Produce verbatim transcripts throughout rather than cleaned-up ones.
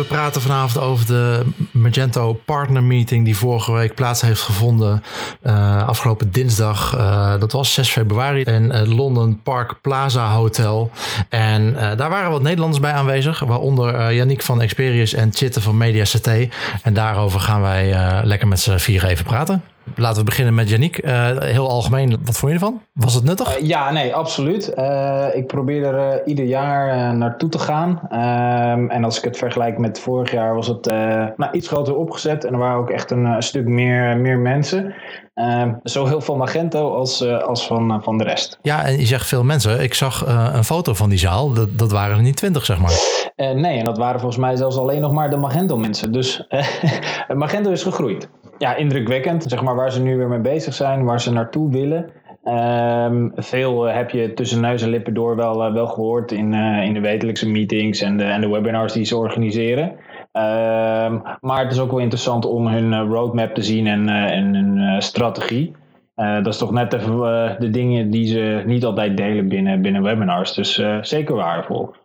we praten vanavond over de Magento Partner Meeting die vorige week plaats heeft gevonden. Uh, afgelopen dinsdag, uh, dat was zes februari in het London Park Plaza Hotel. En uh, daar waren wat Nederlanders bij aanwezig, waaronder uh, Yannick van Experius en Chitte van Media C T. En daarover gaan wij uh, lekker met z'n vier even praten. Laten we beginnen met Yannick. Uh, heel algemeen, wat vond je ervan? Was het nuttig? Uh, ja, nee, absoluut. Uh, ik probeer er uh, ieder jaar uh, naartoe te gaan. Um, en als ik het vergelijk met vorig jaar was het uh, nou, iets groter opgezet. En er waren ook echt een, een stuk meer, meer mensen. Uh, zo heel van Magento als, uh, als van, uh, van de rest. Ja, en je zegt veel mensen. Ik zag uh, een foto van die zaal. Dat, dat waren er niet twintig, zeg maar. Uh, nee, en dat waren volgens mij zelfs alleen nog maar de Magento mensen. Dus uh, Magento is gegroeid. Ja, indrukwekkend. Zeg maar waar ze nu weer mee bezig zijn, waar ze naartoe willen. Um, veel uh, heb je tussen neus en lippen door wel, uh, wel gehoord in, uh, in de wekelijkse meetings en de, en de webinars die ze organiseren. Um, maar het is ook wel interessant om hun uh, roadmap te zien en, uh, en hun uh, strategie. Uh, dat is toch net even uh, de dingen die ze niet altijd delen binnen, binnen webinars. Dus uh, zeker waardevol.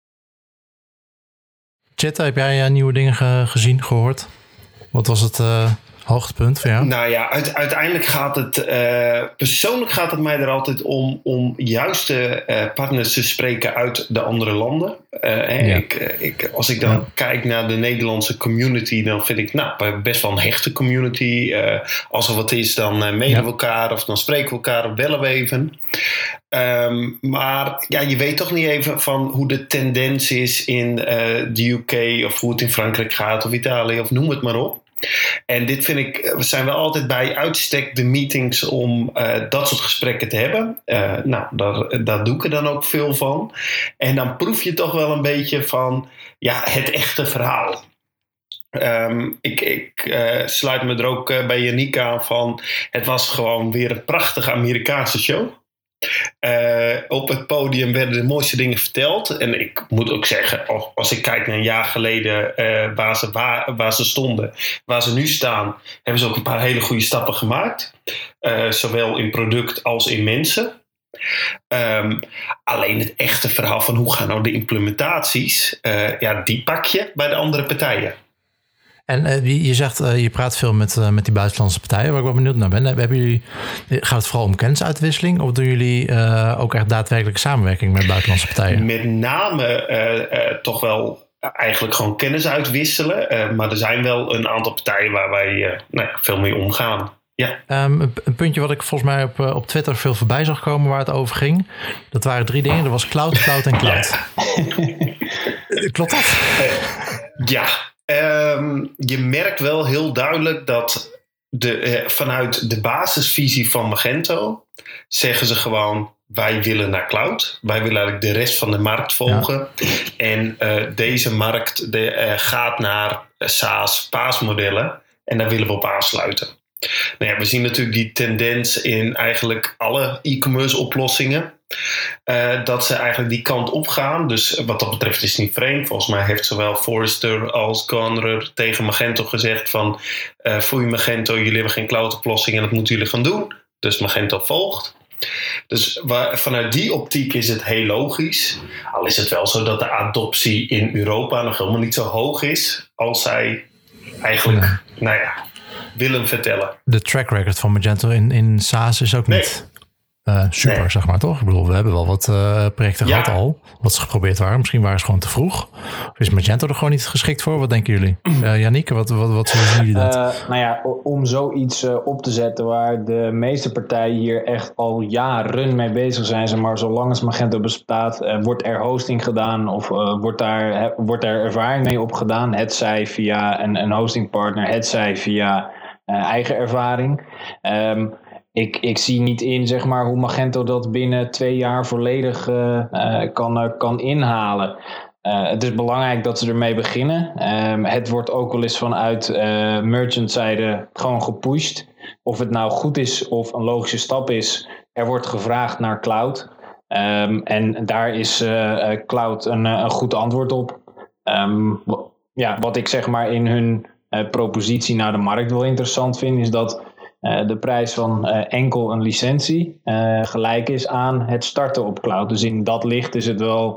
Chitte, heb jij uh, nieuwe dingen ge- gezien, gehoord? Wat was het uh, hoogtepunt voor jou? Nou ja, uit, uiteindelijk gaat het... Uh, persoonlijk gaat het mij er altijd om... om juist de uh, partners te spreken uit de andere landen. Uh, ja. ik, ik, als ik dan ja. kijk naar de Nederlandse community... dan vind ik nou, best wel een hechte community. Uh, als er wat is, dan uh, mailen ja. we elkaar... of dan spreken we elkaar of bellen we even... Um, maar ja, je weet toch niet even van hoe de tendens is in uh, de U K... of hoe het in Frankrijk gaat of Italië of noem het maar op. En dit vind ik, we zijn wel altijd bij uitstek de meetings om uh, dat soort gesprekken te hebben. Uh, nou, daar, daar doe ik er dan ook veel van. En dan proef je toch wel een beetje van ja, het echte verhaal. Um, ik ik uh, sluit me er ook uh, bij Yannick aan van het was gewoon weer een prachtige Amerikaanse show. Uh, op het podium werden de mooiste dingen verteld. En ik moet ook zeggen, als ik kijk naar een jaar geleden uh, waar, ze, waar, waar ze stonden, waar ze nu staan, hebben ze ook een paar hele goede stappen gemaakt. Uh, zowel in product als in mensen. Um, alleen het echte verhaal van hoe gaan nou de implementaties, uh, ja, die pak je bij de andere partijen. En uh, je zegt, uh, je praat veel met, uh, met die buitenlandse partijen, waar ik wel benieuwd naar ben. Hebben jullie, gaat het vooral om kennisuitwisseling of doen jullie uh, ook echt daadwerkelijk samenwerking met buitenlandse partijen? Met name uh, uh, toch wel eigenlijk gewoon kennis uitwisselen. Uh, maar er zijn wel een aantal partijen waar wij uh, nou ja, veel mee omgaan. Ja. Um, een, een puntje wat ik volgens mij op, uh, op Twitter veel voorbij zag komen waar het over ging. Dat waren drie dingen. Er was cloud, cloud en cloud. Ja. Klopt dat? Uh, ja. Um, je merkt wel heel duidelijk dat de, uh, vanuit de basisvisie van Magento zeggen ze gewoon wij willen naar cloud. Wij willen eigenlijk de rest van de markt volgen. Ja. En uh, deze markt de, uh, gaat naar SaaS, PaaS-modellen en daar willen we op aansluiten. Nou ja, we zien natuurlijk die tendens in eigenlijk alle e-commerce oplossingen. Uh, dat ze eigenlijk die kant op gaan. Dus wat dat betreft is het niet vreemd. Volgens mij heeft zowel Forrester als Gartner tegen Magento gezegd van uh, voor je Magento, jullie hebben geen cloud oplossing en dat moeten jullie gaan doen. Dus Magento volgt. Dus waar, vanuit die optiek is het heel logisch. Al is het wel zo dat de adoptie in Europa nog helemaal niet zo hoog is als zij eigenlijk, ja. nou ja, willen vertellen. De track record van Magento in, in SaaS is ook nee. niet uh, super, nee. zeg maar, toch? Ik bedoel, we hebben wel wat uh, projecten ja. gehad al, wat ze geprobeerd waren. Misschien waren ze gewoon te vroeg. Of is Magento er gewoon niet geschikt voor? Wat denken jullie? Uh, Yannick, wat, wat, wat zien jullie dat? Uh, nou ja, om zoiets uh, op te zetten waar de meeste partijen hier echt al jaren mee bezig zijn, zeg maar, zolang als Magento bestaat, uh, wordt er hosting gedaan of uh, wordt, daar, he, wordt er ervaring mee opgedaan. Het zij via een, een hostingpartner, het zij via uh, eigen ervaring. Um, Ik, ik zie niet in, zeg maar, hoe Magento dat binnen twee jaar volledig uh, uh, kan, uh, kan inhalen. Uh, het is belangrijk dat ze ermee beginnen. Um, het wordt ook wel eens vanuit uh, merchant-zijde gewoon gepusht. Of het nou goed is of een logische stap is, er wordt gevraagd naar cloud. Um, en daar is uh, cloud een, een goed antwoord op. Um, ja, wat ik zeg maar in hun uh, propositie naar de markt wel interessant vind, is dat Uh, de prijs van uh, enkel een licentie uh, gelijk is aan het starten op cloud. Dus in dat licht is het wel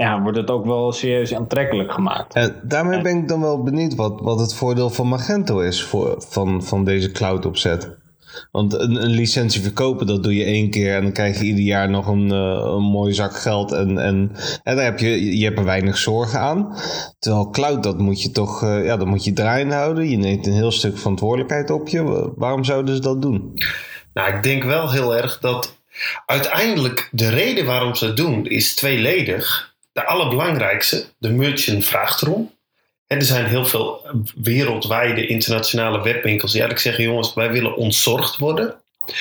ja, wordt het ook wel serieus aantrekkelijk gemaakt. En daarmee ben ik dan wel benieuwd wat, wat het voordeel van Magento is voor, van, van deze cloud opzet. Want een, een licentie verkopen, dat doe je één keer en dan krijg je ieder jaar nog een, uh, een mooie zak geld en, en, en daar heb je, je hebt er weinig zorgen aan. Terwijl cloud, dat moet je toch, uh, ja, dat moet je draaiende houden. Je neemt een heel stuk verantwoordelijkheid op je. Waarom zouden ze dat doen? Nou, ik denk wel heel erg dat uiteindelijk de reden waarom ze het doen is tweeledig. De allerbelangrijkste, de merchant vraagt erom. En er zijn heel veel wereldwijde internationale webwinkels die eigenlijk zeggen, jongens, wij willen ontzorgd worden.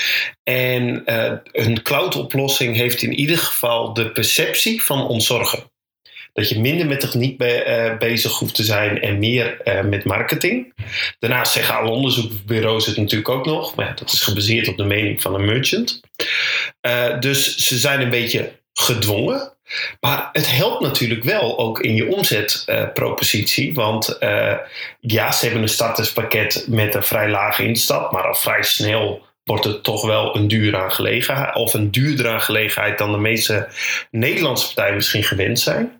En uh, een cloud-oplossing heeft in ieder geval de perceptie van ontzorgen. Dat je minder met techniek be- uh, bezig hoeft te zijn en meer uh, met marketing. Daarnaast zeggen alle onderzoeksbureaus het natuurlijk ook nog. Maar ja, dat is gebaseerd op de mening van een merchant. Uh, dus ze zijn een beetje gedwongen. Maar het helpt natuurlijk wel ook in je omzetpropositie. Uh, want uh, ja, ze hebben een starterspakket met een vrij lage instap. Maar al vrij snel wordt het toch wel een dure aangelegenheid. Of een duurdere aangelegenheid dan de meeste Nederlandse partijen misschien gewend zijn.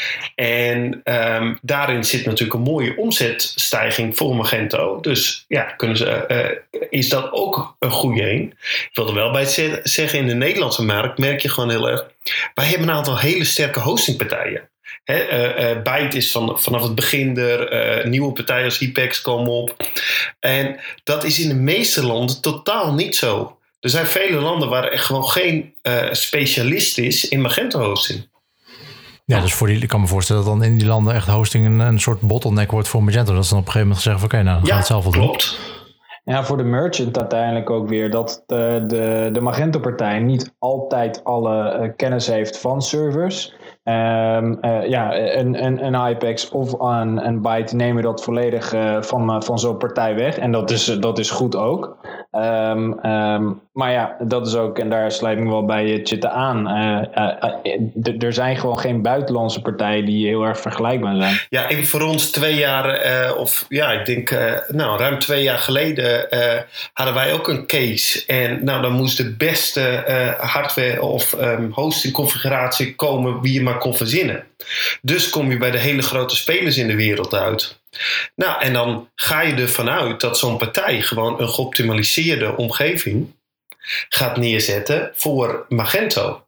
En um, daarin zit natuurlijk een mooie omzetstijging voor Magento. Dus ja, kunnen ze, uh, is dat ook een goede een. Ik wil er wel bij zeggen, in de Nederlandse markt merk je gewoon heel erg. Wij hebben een aantal hele sterke hostingpartijen. He, uh, uh, Byte is van, vanaf het begin er, uh, nieuwe partijen als Hypex komen op. En dat is in de meeste landen totaal niet zo. Er zijn vele landen waar er echt gewoon geen uh, specialist is in Magento hosting. Ja, dus voor die, ik kan me voorstellen dat dan in die landen echt hosting een, een soort bottleneck wordt voor Magento. Dat ze dan op een gegeven moment zeggen van oké, okay, nou dan gaan we het zelf wel doen. Klopt. Ja, voor de merchant uiteindelijk ook weer dat de, de, de Magento-partij niet altijd alle uh, kennis heeft van servers. Um, uh, ja, een, een, een Hypex of een, een Byte nemen dat volledig uh, van, uh, van zo'n partij weg. En dat is, dat is goed ook. Um, um, maar ja, dat is ook, en daar sluit ik me wel bij Chitte aan. Uh, uh, uh, d- er zijn gewoon geen buitenlandse partijen die heel erg vergelijkbaar zijn. Ja, en voor ons twee jaar, uh, of ja, ik denk, uh, nou, ruim twee jaar geleden uh, hadden wij ook een case. En nou, dan moest de beste uh, hardware of um, hosting configuratie komen wie je maar kon verzinnen. Dus kom je bij de hele grote spelers in de wereld uit. Nou, en dan ga je ervan uit dat zo'n partij gewoon een geoptimaliseerde omgeving gaat neerzetten voor Magento.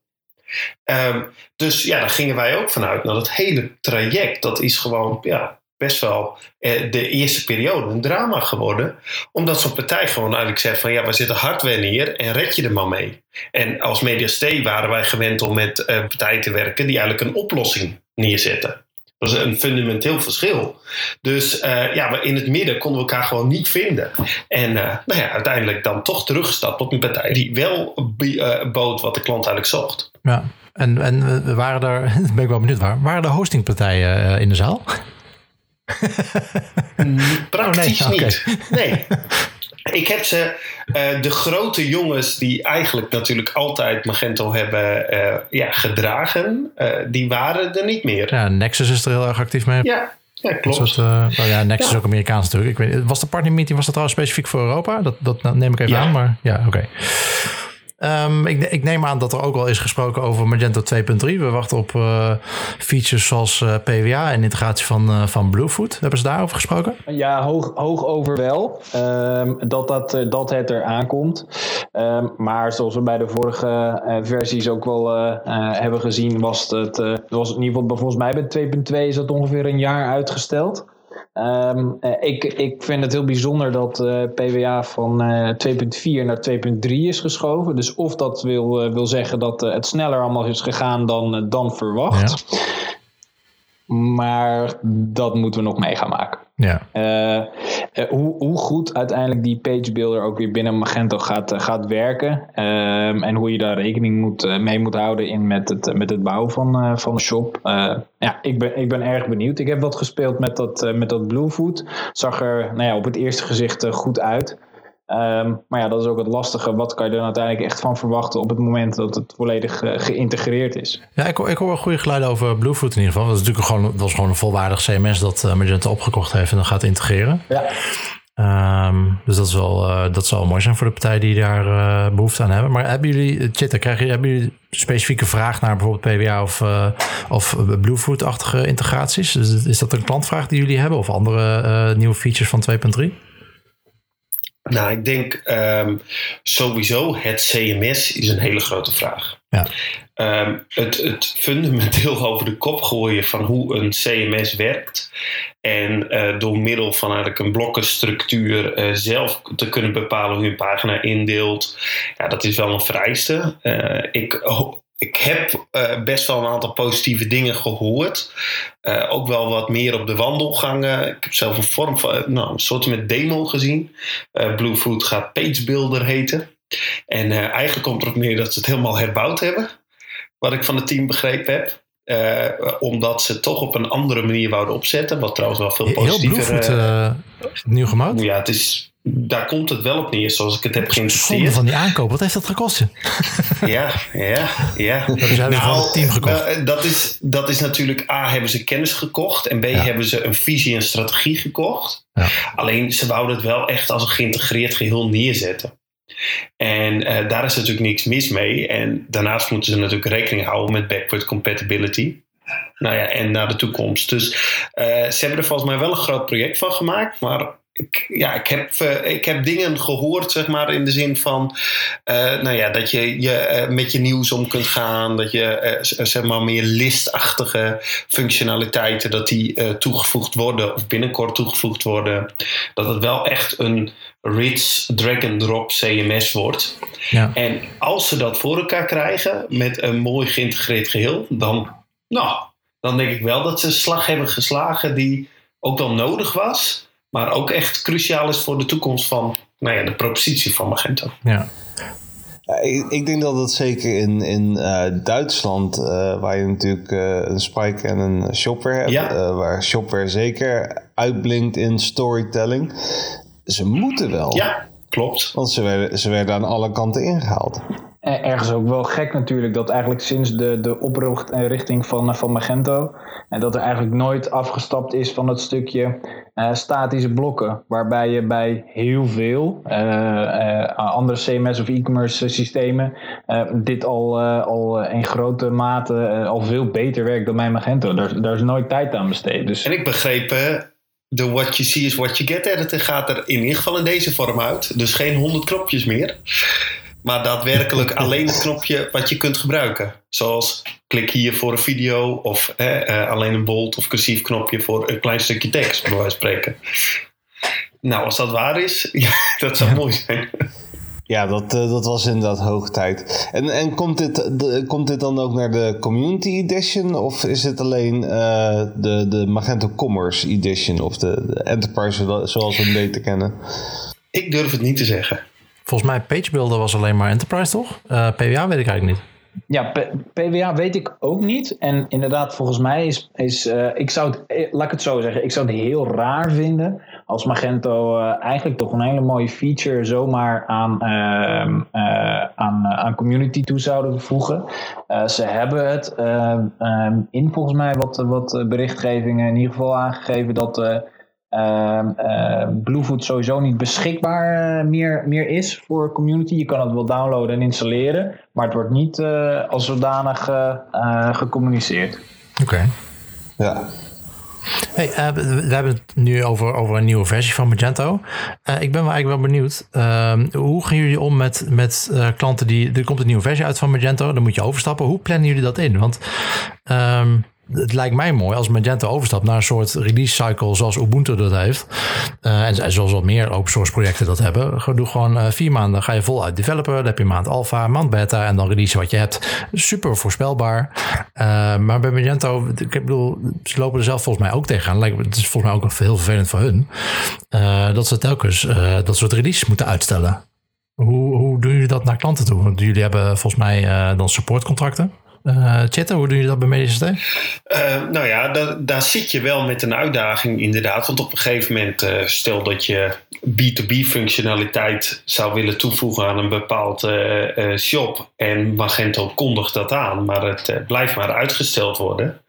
Um, dus ja, daar gingen wij ook vanuit. Nou, dat hele traject, dat is gewoon ja, best wel eh, de eerste periode een drama geworden. Omdat zo'n partij gewoon eigenlijk zegt van ja, we zetten hardware neer en red je er maar mee. En als Mediastee waren wij gewend om met uh, partijen te werken die eigenlijk een oplossing neerzetten. Dat is een fundamenteel verschil. Dus uh, ja, in het midden konden we elkaar gewoon niet vinden. En uh, nou ja, uiteindelijk dan toch teruggestapt op een partij die wel uh, bood wat de klant eigenlijk zocht. Ja, en, en waren er, ben ik wel benieuwd waar, waren er hostingpartijen uh, in de zaal? Praktisch oh, nee. niet. Okay. Nee. Ik heb ze, uh, de grote jongens die eigenlijk natuurlijk altijd Magento hebben uh, ja, gedragen, uh, die waren er niet meer. Ja, Nexus is er heel erg actief mee. Ja, ja klopt. Soort, uh, nou ja, Nexus ja. is ook Amerikaans natuurlijk. Ik weet, was de partnermeeting, was dat trouwens specifiek voor Europa? Dat, dat neem ik even ja. aan, maar ja, oké. Okay. Um, ik, ik neem aan dat er ook al is gesproken over Magento twee punt drie. We wachten op uh, features zoals uh, P W A en integratie van, uh, van Bluefoot. Hebben ze daarover gesproken? Ja, hoog, hoog over wel. Um, dat, dat, uh, dat het er aankomt. Um, maar zoals we bij de vorige uh, versies ook wel uh, uh, hebben gezien, was het, uh, was het in ieder geval volgens mij bij twee punt twee is dat ongeveer een jaar uitgesteld. Um, uh, ik, ik vind het heel bijzonder dat uh, P W A van uh, twee punt vier naar twee punt drie is geschoven. Dus of dat wil, uh, wil zeggen dat uh, het sneller allemaal is gegaan dan, uh, dan verwacht. Ja. Maar dat moeten we nog mee gaan maken. Ja. Uh, uh, hoe, hoe goed uiteindelijk die page builder ook weer binnen Magento gaat, uh, gaat werken. Um, en hoe je daar rekening moet, uh, mee moet houden in met het, uh, met het bouwen van, uh, van de shop. Uh, ja, ik ben, ik ben erg benieuwd. Ik heb wat gespeeld met dat, uh, met dat Bluefoot. Zag er nou ja, op het eerste gezicht uh, goed uit. Um, maar ja, dat is ook het lastige. Wat kan je er uiteindelijk echt van verwachten op het moment dat het volledig uh, geïntegreerd is? Ja, ik, ik hoor wel goede geluiden over Bluefoot in ieder geval. Dat is natuurlijk gewoon, dat was gewoon een volwaardig C M S dat uh, Magento opgekocht heeft en dan gaat integreren. Ja. Um, dus dat, is wel, uh, dat zal mooi zijn voor de partijen die daar uh, behoefte aan hebben. Maar hebben jullie, Chitta, krijgen, hebben jullie specifieke vraag naar bijvoorbeeld P W A of, uh, of Bluefoot-achtige integraties? Is, is dat een klantvraag die jullie hebben of andere uh, nieuwe features van twee punt drie? Nou, ik denk um, sowieso het C M S is een hele grote vraag. Ja. Um, het, het fundamenteel over de kop gooien van hoe een C M S werkt. En uh, door middel van eigenlijk een blokkenstructuur uh, zelf te kunnen bepalen hoe je een pagina indeelt. Ja, dat is wel een vereiste. Uh, ik, ik heb uh, best wel een aantal positieve dingen gehoord. Uh, ook wel wat meer op de wandelgangen. Ik heb zelf een vorm van nou, een soort met demo gezien. Uh, Bluefoot gaat PageBuilder heten. En uh, eigenlijk komt erop neer dat ze het helemaal herbouwd hebben. Wat ik van het team begrepen heb. Uh, omdat ze toch op een andere manier wouden opzetten. Wat trouwens wel veel positiever... Heel Bluefoot uh, nieuw gemaakt? Ja, het is... Daar komt het wel op neer, zoals ik het heb geïnterpreteerd. Zonde van die aankoop, wat heeft dat gekost? Ja, ja, ja. Dat is nou, het team gekocht. Uh, dat, is, dat is natuurlijk... A, hebben ze kennis gekocht. En B, ja. hebben ze een visie en strategie gekocht. Ja. Alleen, ze wouden het wel echt als een geïntegreerd geheel neerzetten. En uh, daar is natuurlijk niks mis mee. En daarnaast moeten ze natuurlijk rekening houden met backward compatibility. Nou ja, en naar de toekomst. Dus uh, ze hebben er volgens mij wel een groot project van gemaakt. Maar ik, ja, ik, heb, uh, ik heb dingen gehoord, zeg maar, in de zin van... Uh, nou ja, dat je, je uh, met je nieuws om kunt gaan. Dat je, uh, zeg maar, meer listachtige functionaliteiten... dat die uh, toegevoegd worden of binnenkort toegevoegd worden. Dat het wel echt een... rich drag-and-drop C M S wordt. Ja. En als ze dat voor elkaar krijgen met een mooi geïntegreerd geheel, dan, nou, dan denk ik wel dat ze een slag hebben geslagen die ook wel nodig was, maar ook echt cruciaal is voor de toekomst van nou ja, de propositie van Magento. Ja. Ja, ik, ik denk dat het zeker in, in uh, Duitsland, uh, waar je natuurlijk uh, een Spike en een Shopware hebt, ja. uh, waar Shopware zeker uitblinkt in storytelling. Ze moeten wel. Ja, klopt. Want ze werden, ze werden aan alle kanten ingehaald. Ergens ook wel gek natuurlijk dat eigenlijk sinds de, de oprichting van, van Magento... en dat er eigenlijk nooit afgestapt is van het stukje uh, statische blokken. Waarbij je bij heel veel uh, uh, andere C M S of e-commerce systemen... Uh, dit al, uh, al in grote mate uh, al veel beter werkt dan bij Magento. Daar, daar is nooit tijd aan besteed. Dus... En ik begreep... Uh... de what you see is what you get editor gaat er in ieder geval in deze vorm uit. Dus geen honderd knopjes meer. Maar daadwerkelijk alleen het knopje wat je kunt gebruiken. Zoals klik hier voor een video. Of eh, uh, alleen een bold of cursief knopje voor een klein stukje tekst. Bij wijze van spreken. Nou, als dat waar is, ja, dat zou ja. mooi zijn. Ja, dat, uh, dat was inderdaad hoog tijd. En, en komt, dit, de, komt dit dan ook naar de Community Edition? Of is het alleen uh, de, de Magento Commerce Edition? Of de, de Enterprise zoals we hem beter kennen? Ik durf het niet te zeggen. Volgens mij PageBuilder was alleen maar Enterprise, toch? Uh, P W A weet ik eigenlijk niet. Ja, P- PWA weet ik ook niet. En inderdaad, volgens mij is... is uh, ik zou het, laat ik het zo zeggen. Ik zou het heel raar vinden... als Magento uh, eigenlijk toch een hele mooie feature... zomaar aan, uh, uh, aan, uh, aan community toe zouden voegen. Uh, ze hebben het uh, um, in volgens mij wat, wat berichtgevingen... in ieder geval aangegeven dat... Uh, Uh, uh, Bluefoot sowieso niet beschikbaar uh, meer, meer is voor community. Je kan het wel downloaden en installeren, maar het wordt niet uh, als zodanig uh, uh, gecommuniceerd. Oké. Okay. Ja. Hey, uh, we hebben het nu over, over een nieuwe versie van Magento. Uh, ik ben wel eigenlijk wel benieuwd. Uh, hoe gaan jullie om met, met uh, klanten die... Er komt een nieuwe versie uit van Magento, dan moet je overstappen. Hoe plannen jullie dat in? Want... Um, het lijkt mij mooi als Magento overstapt naar een soort release cycle zoals Ubuntu dat heeft. Uh, en zoals wat meer open source projecten dat hebben. Doe gewoon uh, vier maanden ga je voluit developer. Dan heb je een maand alpha, een maand beta en dan release wat je hebt. Super voorspelbaar. Uh, maar bij Magento, ik bedoel, ze lopen er zelf volgens mij ook tegenaan. Het is volgens mij ook nog heel vervelend voor hun. Uh, dat ze telkens uh, dat soort releases moeten uitstellen. Hoe, hoe doen jullie dat naar klanten toe? Want jullie hebben volgens mij uh, dan supportcontracten. Uh, Chitta, hoe doen jullie dat bij Medisch Systeem? Uh, nou ja, da- daar zit je wel met een uitdaging inderdaad. Want op een gegeven moment, uh, stel dat je B twee B functionaliteit zou willen toevoegen aan een bepaald uh, uh, shop. En Magento kondigt dat aan, maar het uh, blijft maar uitgesteld worden.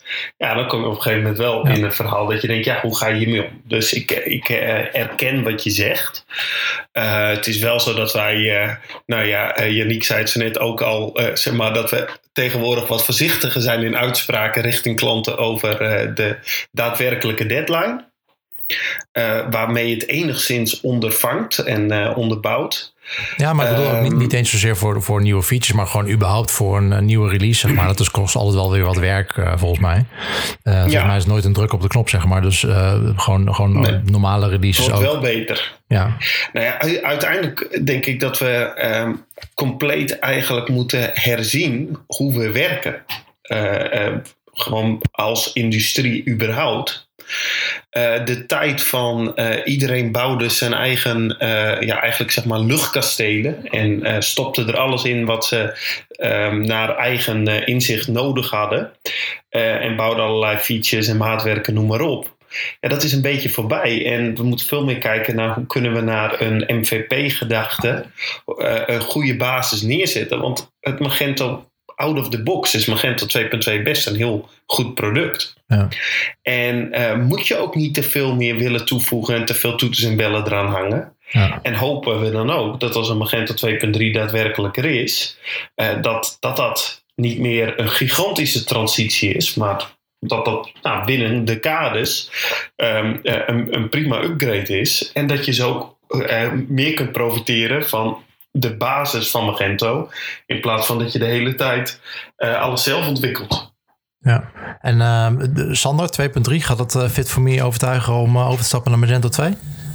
Ja, dan kom je op een gegeven moment wel ja. in een verhaal dat je denkt, ja, hoe ga je hiermee om? Dus ik, ik uh, erken wat je zegt. Uh, het is wel zo dat wij, uh, nou ja, uh, Yannick zei het zo net ook al, uh, zeg maar dat we tegenwoordig wat voorzichtiger zijn in uitspraken richting klanten over uh, de daadwerkelijke deadline. Uh, waarmee je het enigszins ondervangt en uh, onderbouwt. Ja, maar ik bedoel ook niet, niet eens zozeer voor, voor nieuwe features, maar gewoon überhaupt voor een, een nieuwe release, zeg maar. Dat is, kost altijd wel weer wat werk, uh, volgens mij. Uh, volgens ja. mij is het nooit een druk op de knop, zeg maar. Dus uh, gewoon, gewoon nee. normale releases wordt ook. Wel beter. Ja. Nou ja, uiteindelijk denk ik dat we um, compleet eigenlijk moeten herzien hoe we werken. Uh, uh, gewoon als industrie überhaupt. Uh, de tijd van uh, iedereen bouwde zijn eigen, uh, ja, eigenlijk zeg maar luchtkastelen en uh, stopte er alles in wat ze um, naar eigen uh, inzicht nodig hadden uh, en bouwde allerlei features en maatwerken, noem maar op. Ja, dat is een beetje voorbij en we moeten veel meer kijken naar hoe kunnen we naar een M V P-gedachte uh, een goede basis neerzetten, want het Magento out of the box is Magento twee punt twee best een heel goed product. Ja. En uh, moet je ook niet te veel meer willen toevoegen en te veel toeters en bellen eraan hangen. Ja. En hopen we dan ook dat als een Magento twee punt drie daadwerkelijk er is, uh, dat, dat dat niet meer een gigantische transitie is, maar dat dat nou, binnen de kaders um, uh, een, een prima upgrade is. En dat je zo ook uh, meer kunt profiteren van de basis van Magento, in plaats van dat je de hele tijd uh, alles zelf ontwikkelt. Ja, en uh, Sander, twee punt drie, gaat dat uh, Fit for Me overtuigen om uh, over te stappen naar Magento twee?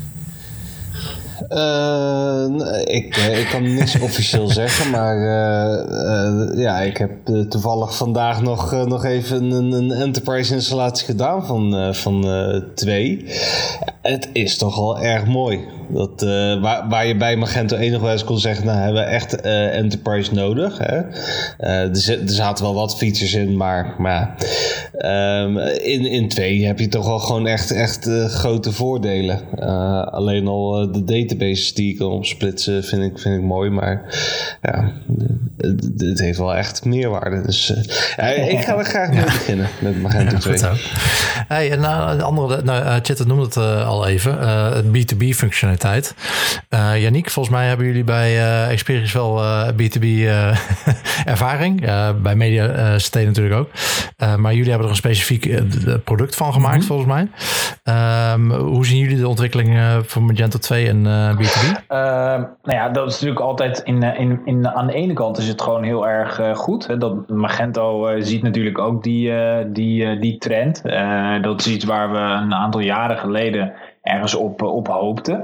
Uh, ik, ik kan niks officieel zeggen, maar uh, uh, ja, ik heb uh, toevallig vandaag nog, uh, nog even een, een enterprise installatie gedaan van, uh, van uh, twee. Het is toch wel erg mooi. Dat, uh, waar, waar je bij Magento één nog wel eens kon zeggen, nou hebben we echt uh, enterprise nodig. Hè? Uh, er, z- er zaten wel wat features in, maar, maar um, in, in twee heb je toch wel gewoon echt, echt uh, grote voordelen. Uh, alleen al uh, de databases die je kan opsplitsen vind ik, vind ik mooi, maar ja, het, het heeft wel echt meerwaarde. Dus uh, ik ga er graag mee ja. beginnen met Magento twee. Ja, hey, en uh, de andere, nou, uh, Chet noemde het uh, al even, uh, het B twee B functionaliteit. Uh, Yannick, volgens mij hebben jullie bij uh, Experience wel uh, B twee B uh, ervaring. Uh, bij Media uh, State natuurlijk ook. Uh, maar jullie hebben er een specifiek uh, product van gemaakt, mm-hmm. volgens mij. Um, hoe zien jullie de ontwikkeling uh, van Magento twee en uh, B twee B? Uh, nou ja, dat is natuurlijk altijd in, in, in, aan de ene kant is het gewoon heel erg uh, goed. Hè, dat Magento uh, ziet natuurlijk ook die, uh, die, uh, die trend. Uh, dat is iets waar we een aantal jaren geleden ergens op, op hoopten.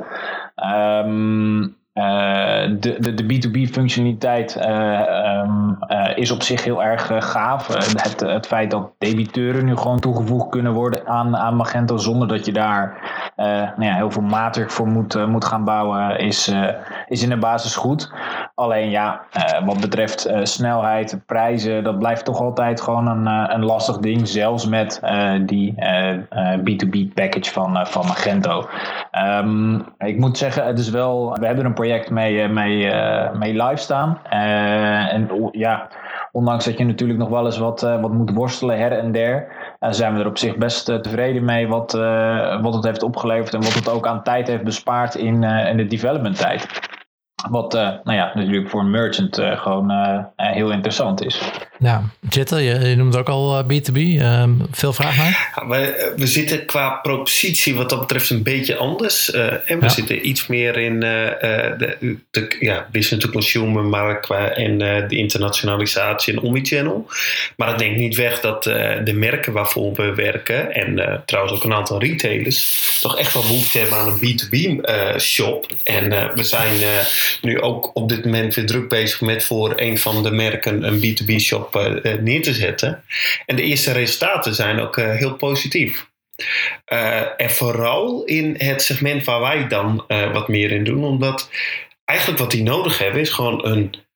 Um, uh, de, de, de B twee B functionaliteit uh, um, uh, is op zich heel erg uh, gaaf. Uh, het, het feit dat debiteuren nu gewoon toegevoegd kunnen worden aan, aan Magento zonder dat je daar uh, nou ja, heel veel maatwerk voor moet, uh, moet gaan bouwen is, uh, is in de basis goed. Alleen ja, uh, wat betreft uh, snelheid, prijzen, dat blijft toch altijd gewoon een, uh, een lastig ding. Zelfs met uh, die uh, uh, B twee B package van, uh, van Magento. Um, ik moet zeggen, het is wel, we hebben er een project mee, mee, uh, mee live staan. Uh, en uh, ja, ondanks dat je natuurlijk nog wel eens wat, uh, wat moet worstelen her en der, uh, zijn we er op zich best uh, tevreden mee wat, uh, wat het heeft opgeleverd en wat het ook aan tijd heeft bespaard in, uh, in de development tijd. Wat uh, nou ja, natuurlijk voor een merchant uh, gewoon uh, uh, heel interessant is. Ja, Jitte, je, je noemt ook al uh, B twee B. Uh, veel vragen naar? Ja, we, we zitten qua propositie wat dat betreft een beetje anders. Uh, en we ja. zitten iets meer in uh, de, de ja, business to consumer markt en uh, de internationalisatie en omnichannel. Maar dat neemt niet weg dat uh, de merken waarvoor we werken en uh, trouwens ook een aantal retailers toch echt wel behoefte hebben aan een B twee B uh, shop. En uh, we zijn uh, nu ook op dit moment weer druk bezig met voor een van de merken een B twee B shop Uh, neer te zetten. En de eerste resultaten zijn ook uh, heel positief. Uh, en vooral in het segment waar wij dan uh, wat meer in doen. Omdat eigenlijk wat die nodig hebben is gewoon een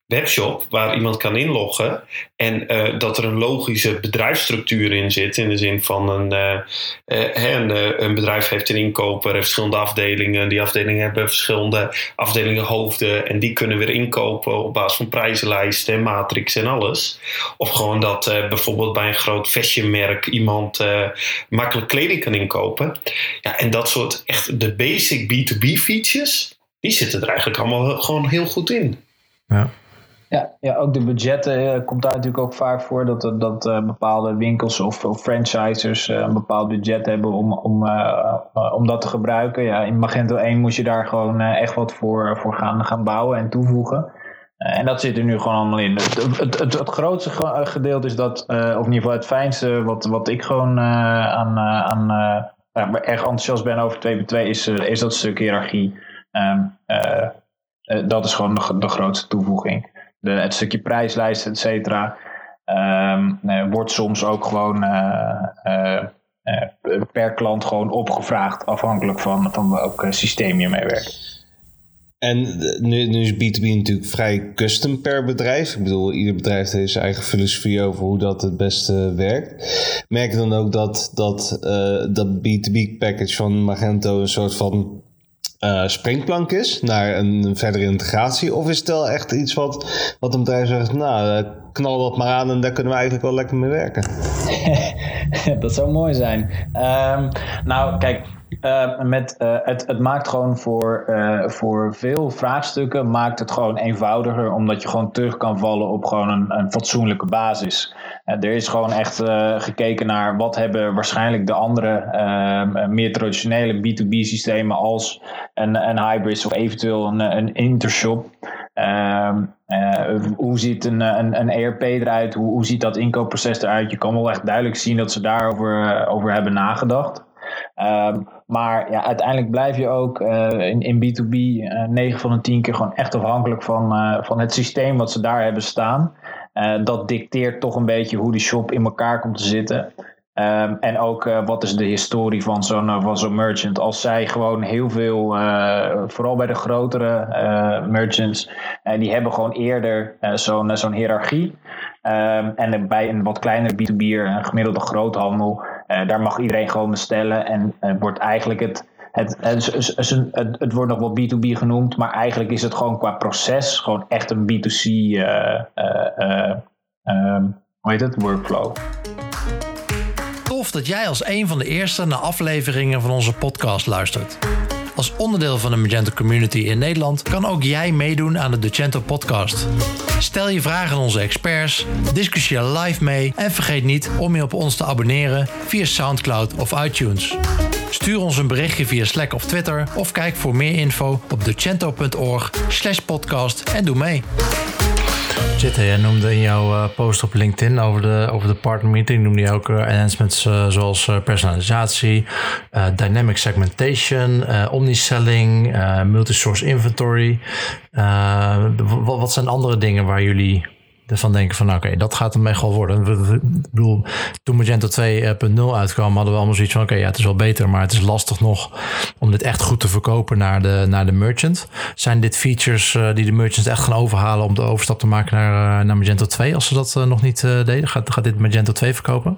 webshop waar iemand kan inloggen en uh, dat er een logische bedrijfsstructuur in zit, in de zin van een, uh, uh, een, een bedrijf heeft een inkoper, heeft verschillende afdelingen, die afdelingen hebben verschillende afdelingen hoofden en die kunnen weer inkopen op basis van prijzenlijsten en matrix en alles. Of gewoon dat uh, bijvoorbeeld bij een groot fashionmerk iemand uh, makkelijk kleding kan inkopen. Ja, en dat soort echt de basic B twee B features, die zitten er eigenlijk allemaal gewoon heel goed in. Ja. Ja, ja, ook de budgetten uh, komt daar natuurlijk ook vaak voor dat, dat uh, bepaalde winkels of, of franchisers uh, een bepaald budget hebben om, om, uh, uh, om dat te gebruiken. Ja, in Magento één moest je daar gewoon uh, echt wat voor, voor gaan, gaan bouwen en toevoegen. Uh, en dat zit er nu gewoon allemaal in. Het, het, het, het grootste gedeelte is dat, uh, of in ieder geval het fijnste wat, wat ik gewoon uh, aan, uh, aan uh, uh, erg enthousiast ben over twee punt twee is, uh, is dat stuk hiërarchie. Um, uh, uh, dat is gewoon de, de grootste toevoeging. De, het stukje prijslijst, et cetera, um, uh, wordt soms ook gewoon uh, uh, uh, per klant gewoon opgevraagd, afhankelijk van, van welk systeem je mee werkt. En nu, nu is B twee B natuurlijk vrij custom per bedrijf. Ik bedoel, ieder bedrijf heeft zijn eigen filosofie over hoe dat het beste werkt. Merk je dan ook dat dat, uh, dat B twee B package van Magento een soort van Uh, springplank is naar een, een verdere integratie? Of is het wel echt iets wat, wat een bedrijf zegt, nou, uh, knal dat maar aan en daar kunnen we eigenlijk wel lekker mee werken? Dat zou mooi zijn. Um, nou, kijk, uh, met, uh, het, het maakt gewoon voor, uh, voor veel vraagstukken maakt het gewoon eenvoudiger, omdat je gewoon terug kan vallen op gewoon een, een fatsoenlijke basis. Uh, er is gewoon echt uh, gekeken naar wat hebben waarschijnlijk de andere uh, meer traditionele B twee B systemen als een, een Hybris of eventueel een, een Intershop. Uh, uh, hoe ziet een, een, een E R P eruit? Hoe, hoe ziet dat inkoopproces eruit? Je kan wel echt duidelijk zien dat ze daarover uh, over hebben nagedacht. Uh, maar ja, uiteindelijk blijf je ook uh, in, in B twee B uh, negen van de tien keer gewoon echt afhankelijk van, uh, van het systeem wat ze daar hebben staan. Uh, dat dicteert toch een beetje hoe die shop in elkaar komt te zitten. Um, en ook uh, wat is de historie van zo'n, uh, van zo'n merchant. Als zij gewoon heel veel, uh, vooral bij de grotere uh, merchants, uh, die hebben gewoon eerder uh, zo'n, uh, zo'n hiërarchie. Um, en bij een wat kleinere B twee B'er, een gemiddelde groothandel, uh, daar mag iedereen gewoon bestellen. En uh, wordt eigenlijk het, het, het, het, het, het wordt nog wel B twee B genoemd, maar eigenlijk is het gewoon qua proces gewoon echt een B twee C, uh, uh, uh, um, hoe heet het, workflow. Tof dat jij als een van de eerste naar afleveringen van onze podcast luistert. Als onderdeel van de Magento community in Nederland kan ook jij meedoen aan de Docento podcast. Stel je vragen aan onze experts, discussieer live mee en vergeet niet om je op ons te abonneren via SoundCloud of iTunes. Stuur ons een berichtje via Slack of Twitter of kijk voor meer info op docento.org slash podcast en doe mee. Zitten, jij noemde in jouw uh, post op LinkedIn over de, over de partner meeting, noemde je ook uh, enhancements uh, zoals uh, personalisatie, uh, dynamic segmentation, uh, omniselling, uh, multi-source inventory. Uh, wat, wat zijn andere dingen waar jullie ervan denken van, nou, oké, okay, dat gaat hem echt wel worden. Ik bedoel, toen Magento twee punt nul uitkwam, hadden we allemaal zoiets van, oké, okay, ja, het is wel beter, maar het is lastig nog om dit echt goed te verkopen naar de, naar de merchant. Zijn dit features uh, die de merchants echt gaan overhalen om de overstap te maken naar, uh, naar Magento twee, als ze dat uh, nog niet uh, deden? Gaat, gaat dit Magento twee verkopen?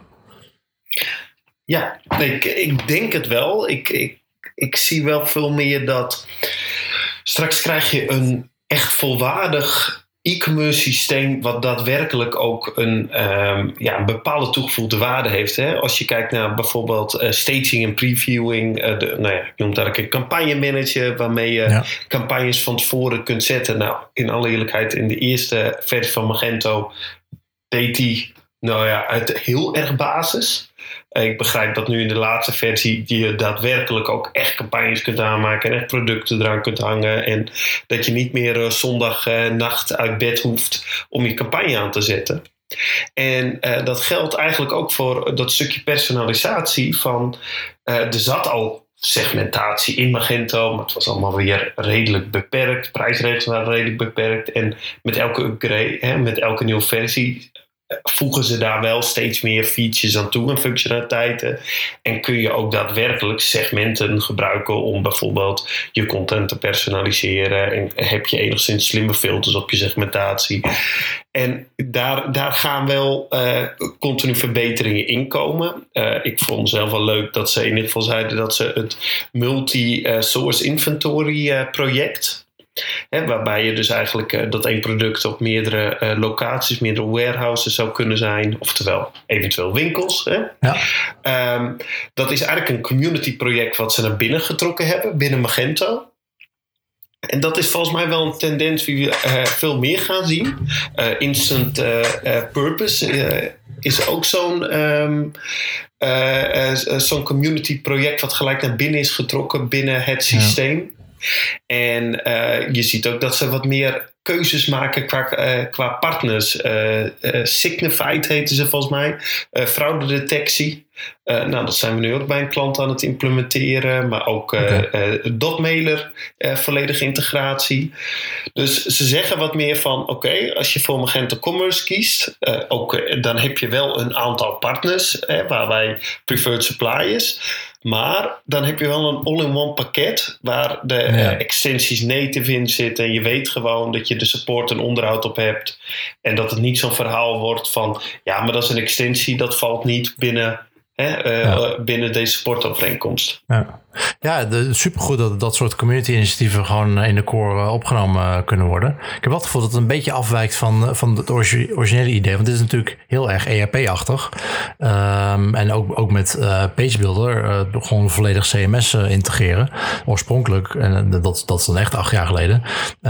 Ja, ik, ik denk het wel. Ik, ik, ik zie wel veel meer dat straks krijg je een echt volwaardig e-commerce systeem wat daadwerkelijk ook een, um, ja, een bepaalde toegevoegde waarde heeft. Hè? Als je kijkt naar bijvoorbeeld uh, staging en previewing. Uh, de, nou ja, ik noem het eigenlijk een campagne manager waarmee je ja. campagnes van tevoren kunt zetten. Nou, in alle eerlijkheid, in de eerste versie van Magento deed die nou ja, uit heel erg basis. Ik begrijp dat nu in de laatste versie je daadwerkelijk ook echt campagnes kunt aanmaken en echt producten eraan kunt hangen. En dat je niet meer uh, zondagnacht uh, uit bed hoeft om je campagne aan te zetten. En uh, dat geldt eigenlijk ook voor dat stukje personalisatie van uh, er zat al segmentatie in Magento, maar het was allemaal weer redelijk beperkt. Prijsregels waren redelijk beperkt. En met elke upgrade, hè, met elke nieuwe versie voegen ze daar wel steeds meer features aan toe en functionaliteiten. En kun je ook daadwerkelijk segmenten gebruiken om bijvoorbeeld je content te personaliseren. En heb je enigszins slimme filters op je segmentatie. En daar, daar gaan wel uh, continu verbeteringen in komen. Uh, ik vond zelf wel leuk dat ze in ieder geval zeiden dat ze het multi-source inventory uh, project... He, waarbij je dus eigenlijk uh, dat één product op meerdere uh, locaties, meerdere warehouses zou kunnen zijn. Oftewel, eventueel winkels. Hè? Ja. Um, dat is eigenlijk een community project wat ze naar binnen getrokken hebben, binnen Magento. En dat is volgens mij wel een tendens die we uh, veel meer gaan zien. Uh, instant uh, uh, purpose uh, is ook zo'n, um, uh, uh, zo'n community project wat gelijk naar binnen is getrokken binnen het systeem. Ja. En uh, je ziet ook dat ze wat meer keuzes maken qua, uh, qua partners. Uh, uh, Signified heten ze volgens mij. Uh, fraudedetectie. Uh, nou, dat zijn we nu ook bij een klant aan het implementeren. Maar ook uh, okay. uh, dotmailer, uh, volledige integratie. Dus ze zeggen wat meer van... Oké, okay, als je voor Magento Commerce kiest... Uh, ook, uh, dan heb je wel een aantal partners... Uh, waar wij preferred suppliers... Maar dan heb je wel een all-in-one pakket waar de ja. uh, extensies native in zitten. En je weet gewoon dat je de support en onderhoud op hebt. En dat het niet zo'n verhaal wordt van... ja, maar dat is een extensie, dat valt niet binnen, hè, uh, ja. binnen deze supportovereenkomst. Ja. Ja, de, supergoed dat dat soort community-initiatieven gewoon in de core opgenomen kunnen worden. Ik heb wel het gevoel dat het een beetje afwijkt van, van het originele idee. Want dit is natuurlijk heel erg E R P-achtig. Um, en ook, ook met uh, PageBuilder uh, gewoon volledig C M S uh, integreren. Oorspronkelijk, en dat, dat is dan echt acht jaar geleden.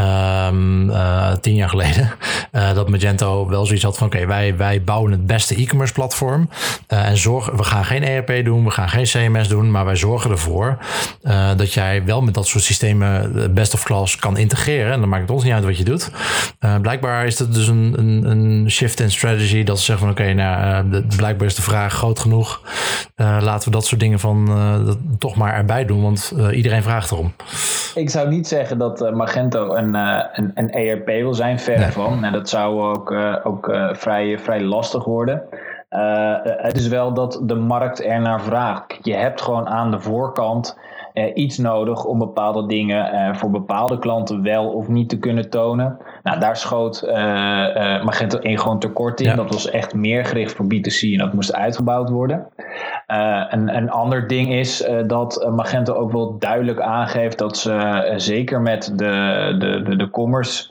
Um, uh, tien jaar geleden. Uh, dat Magento wel zoiets had van oké, okay, wij, wij bouwen het beste e-commerce platform. Uh, en zorgen, we gaan geen E R P doen, we gaan geen C M S doen, maar wij zorgen ervoor Uh, dat jij wel met dat soort systemen best of class kan integreren. En dan maakt het ons niet uit wat je doet. Uh, blijkbaar is het dus een, een, een shift in strategy. Dat ze zeggen van oké, okay, nou, uh, de, blijkbaar is de vraag groot genoeg. Uh, laten we dat soort dingen van uh, dat toch maar erbij doen. Want uh, iedereen vraagt erom. Ik zou niet zeggen dat uh, Magento een, uh, een, een E R P wil zijn. Verre nee. van. Nou, dat zou ook, uh, ook uh, vrij, vrij lastig worden. Uh, het is wel dat de markt ernaar vraagt. Je hebt gewoon aan de voorkant uh, iets nodig om bepaalde dingen uh, voor bepaalde klanten wel of niet te kunnen tonen. Nou, daar schoot uh, uh, Magento één gewoon tekort in. Ja. Dat was echt meer gericht voor B twee C en dat moest uitgebouwd worden. Uh, een, een ander ding is uh, dat Magento ook wel duidelijk aangeeft dat ze uh, zeker met de, de, de, de commerce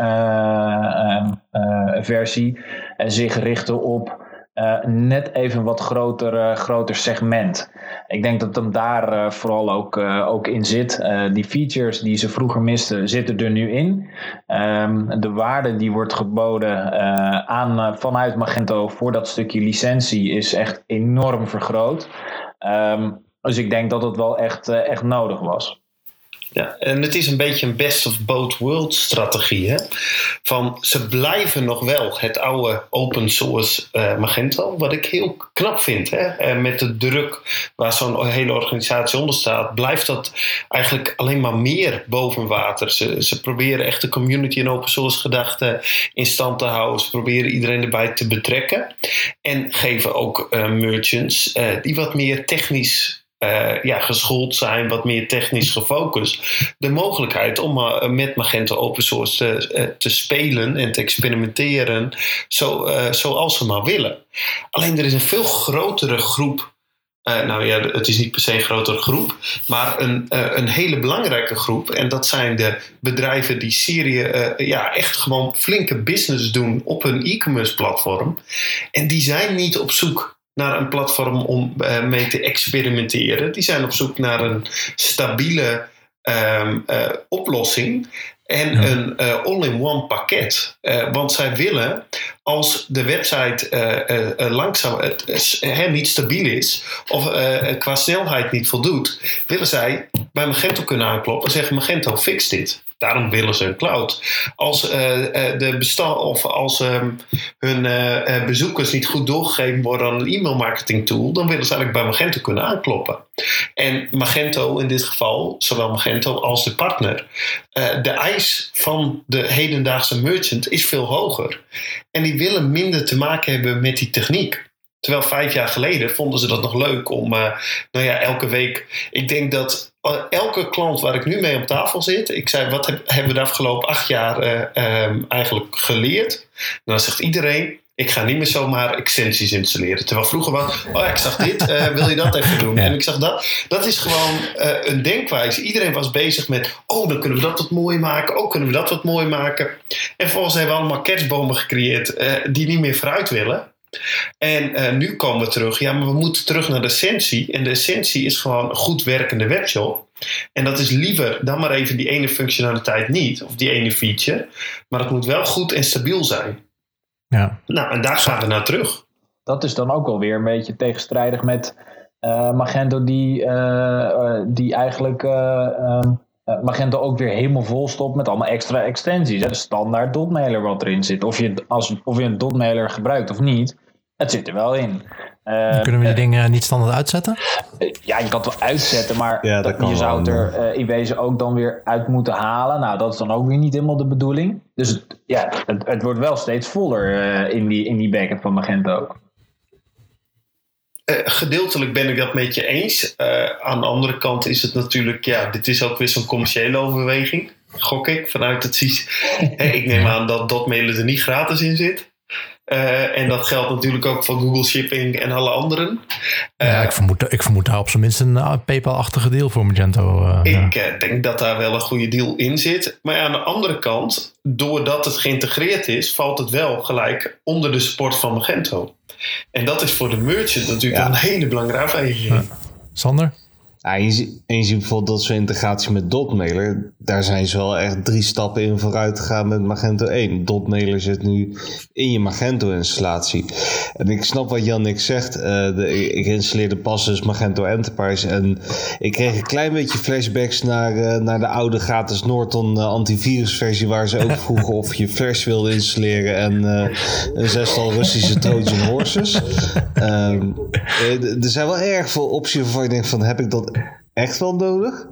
uh, uh, uh, versie uh, zich richten op Uh, net even wat groter, uh, groter segment. Ik denk dat hem daar uh, vooral ook, uh, ook in zit. Uh, die features die ze vroeger misten, zitten er nu in. Um, de waarde die wordt geboden uh, aan, uh, vanuit Magento voor dat stukje licentie is echt enorm vergroot. Um, dus ik denk dat het wel echt, uh, echt nodig was. Ja, en het is een beetje een best of both worlds strategie. Hè? Van, ze blijven nog wel het oude open source uh, Magento, wat ik heel knap vind. Hè? Uh, met de druk waar zo'n hele organisatie onder staat, blijft dat eigenlijk alleen maar meer boven water. Ze, ze proberen echt de community en open source gedachten in stand te houden. Ze proberen iedereen erbij te betrekken. En geven ook uh, merchants uh, die wat meer technisch Uh, ja, geschoold zijn, wat meer technisch gefocust, de mogelijkheid om uh, met Magento open source te, uh, te spelen en te experimenteren zo, uh, zoals ze maar willen. Alleen er is een veel grotere groep, uh, nou ja, het is niet per se een grotere groep, maar een, uh, een hele belangrijke groep en dat zijn de bedrijven die serie, uh, ja, echt gewoon flinke business doen op hun e-commerce platform en die zijn niet op zoek naar een platform om uh, mee te experimenteren. Die zijn op zoek naar een stabiele um, uh, oplossing en ja. een uh, all-in-one pakket. Uh, want zij willen, als de website uh, uh, uh, langzaam uh, uh, niet stabiel is of uh, qua snelheid niet voldoet, willen zij bij Magento kunnen aankloppen en zeggen Magento, fix dit. Daarom willen ze een cloud. Als uh, de bestand of als um, hun uh, bezoekers niet goed doorgegeven worden aan een e-mailmarketing tool, dan willen ze eigenlijk bij Magento kunnen aankloppen. En Magento in dit geval, zowel Magento als de partner, uh, de eis van de hedendaagse merchant is veel hoger. En die willen minder te maken hebben met die techniek. Terwijl vijf jaar geleden vonden ze dat nog leuk om, uh, nou ja, elke week. Ik denk dat uh, elke klant waar ik nu mee om tafel zit, ik zei, wat heb, hebben we de afgelopen acht jaar uh, um, eigenlijk geleerd? Dan zegt iedereen, ik ga niet meer zomaar extensies installeren. Terwijl vroeger was, oh ik zag dit, uh, wil je dat even doen? Ja. En ik zag dat. Dat is gewoon uh, een denkwijze. Iedereen was bezig met, oh dan kunnen we dat wat mooi maken. Oh kunnen we dat wat mooi maken. En vervolgens hebben we allemaal kerstbomen gecreëerd uh, die niet meer vooruit willen. En uh, nu komen we terug. Ja, maar we moeten terug naar de essentie. En de essentie is gewoon een goed werkende webshop. En dat is liever dan maar even die ene functionaliteit niet. Of die ene feature. Maar het moet wel goed en stabiel zijn. Ja. Nou, en daar gaan we naar terug. Dat is dan ook wel weer een beetje tegenstrijdig met uh, Magento die, uh, uh, die eigenlijk uh, um, uh, Magento ook weer helemaal vol stopt met allemaal extra extensies. Hè? De standaard dotmailer wat erin zit. Of je, als, of je een dotmailer gebruikt of niet. Het zit er wel in. Uh, Kunnen we die uh, dingen niet standaard uitzetten? Uh, ja, je kan het wel uitzetten, maar ja, dat dat, je zou het er uh, in wezen ook dan weer uit moeten halen. Nou, dat is dan ook weer niet helemaal de bedoeling. Dus het, ja, het, het wordt wel steeds voller uh, in, die, in die backend van Magento ook. Uh, gedeeltelijk ben ik dat met je eens. Uh, aan de andere kant is het natuurlijk, ja, dit is ook weer zo'n commerciële overweging. Gok ik vanuit het systeem. Hey, ik neem aan dat dotmailer er niet gratis in zit. Uh, en dat geldt natuurlijk ook voor Google Shipping en alle anderen. Uh, ja, ik vermoed, ik vermoed daar op zijn minst een uh, PayPal-achtige deal voor Magento. Uh, ik ja. uh, denk dat daar wel een goede deal in zit. Maar ja, aan de andere kant, doordat het geïntegreerd is, valt het wel gelijk onder de support van Magento. En dat is voor de merchant natuurlijk ja. een hele belangrijke afweging. Ja. Sander? Ja, en, je ziet, en je ziet bijvoorbeeld dat zo'n integratie met dotmailer, daar zijn ze wel echt drie stappen in vooruit gegaan met Magento één. Dotmailer zit nu in je Magento installatie. En ik snap wat Jannik zegt. Uh, de, ik installeerde pas dus Magento Enterprise en ik kreeg een klein beetje flashbacks naar, uh, naar de oude gratis Norton uh, antivirusversie, waar ze ook vroegen of je Flash wilde installeren en uh, een zestal Russische Trojan horses. Um, er zijn wel erg veel opties waarvan je denkt van, heb ik dat echt wel nodig?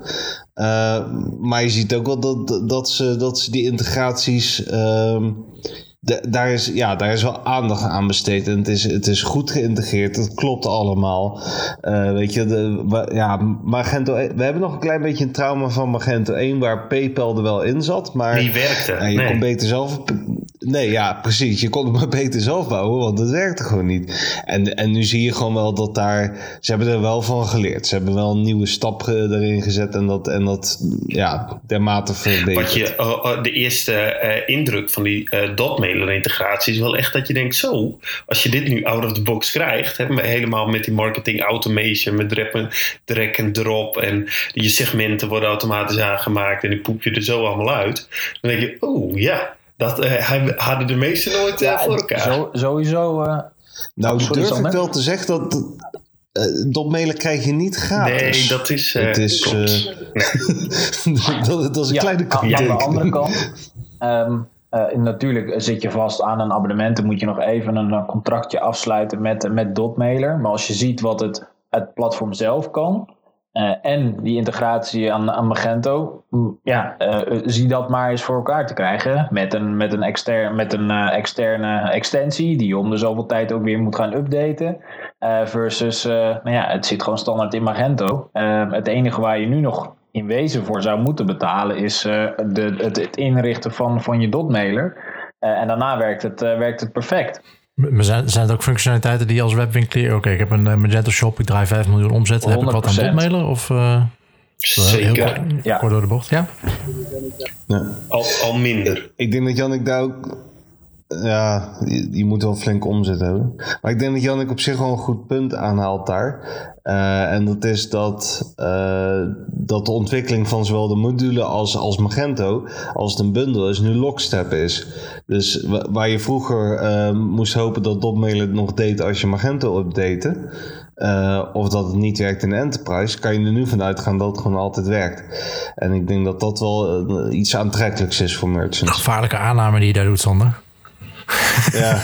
Uh, maar je ziet ook wel dat, dat, ze, dat ze die integraties uh, de, daar, is, ja, daar is wel aandacht aan besteed en het is, het is goed geïntegreerd, het klopt allemaal. Uh, weet je, de, we, ja, Magento, we hebben nog een klein beetje een trauma van Magento één waar PayPal er wel in zat, maar die werkte. Ja, je nee. kon beter zelf. Nee, ja, precies. Je kon het maar beter zelf bouwen, want het werkte gewoon niet. En, en nu zie je gewoon wel dat daar... Ze hebben er wel van geleerd. Ze hebben wel een nieuwe stap erin gezet en dat, en dat ja, dermate verbeterd. Wat je, uh, de eerste uh, indruk van die uh, dotmailer integratie is wel echt dat je denkt, zo, als je dit nu out of the box krijgt, hè, helemaal met die marketing automation, met drag en drop en je segmenten worden automatisch aangemaakt en die poep je er zo allemaal uit. Dan denk je, oh ja, dat uh, hadden de meesten nooit uh, ja, voor elkaar. Zo, sowieso. Uh, nou, durf ik wel te zeggen dat uh, dotmailer krijg je niet gratis. Nee, dat is... Uh, het is uh, nee. dat, dat is een ja, kleine kant. Aan de andere kant... Um, Uh, natuurlijk zit je vast aan een abonnement. Dan moet je nog even een, een contractje afsluiten met, met dotmailer. Maar als je ziet wat het, het platform zelf kan... Uh, en die integratie aan, aan Magento... ja, uh, zie dat maar eens voor elkaar te krijgen... met een, met een, exter, met een uh, externe extensie... die je om de zoveel tijd ook weer moet gaan updaten... Uh, versus, uh, nou ja, het zit gewoon standaard in Magento. Uh, het enige waar je nu nog... in wezen voor zou moeten betalen is uh, de, het, het inrichten van, van je dotmailer. Uh, en daarna werkt het, uh, werkt het perfect. Maar zijn, zijn het ook functionaliteiten die je als webwinkelier... Oké, okay, ik heb een uh, Magento shop, ik draai vijf miljoen omzet. Heb ik wat aan dotmailer? Of uh, zeker. Heel kort, ja. kort door de bocht, ja? ja. Al, al minder. Ik denk dat Jannik daar ook... Ja, je, je moet wel flink omzet hebben. Maar ik denk dat Jannik op zich wel een goed punt aanhaalt daar. Uh, en dat is dat, uh, dat de ontwikkeling van zowel de module als, als Magento, als het een bundel is, nu lockstep is. Dus w- waar je vroeger uh, moest hopen dat Dotmail het nog deed als je Magento update, uh, of dat het niet werkt in de enterprise, kan je er nu vanuit gaan dat het gewoon altijd werkt. En ik denk dat dat wel uh, iets aantrekkelijks is voor merchants. Gevaarlijke aanname die je daar doet, Sander. Ja,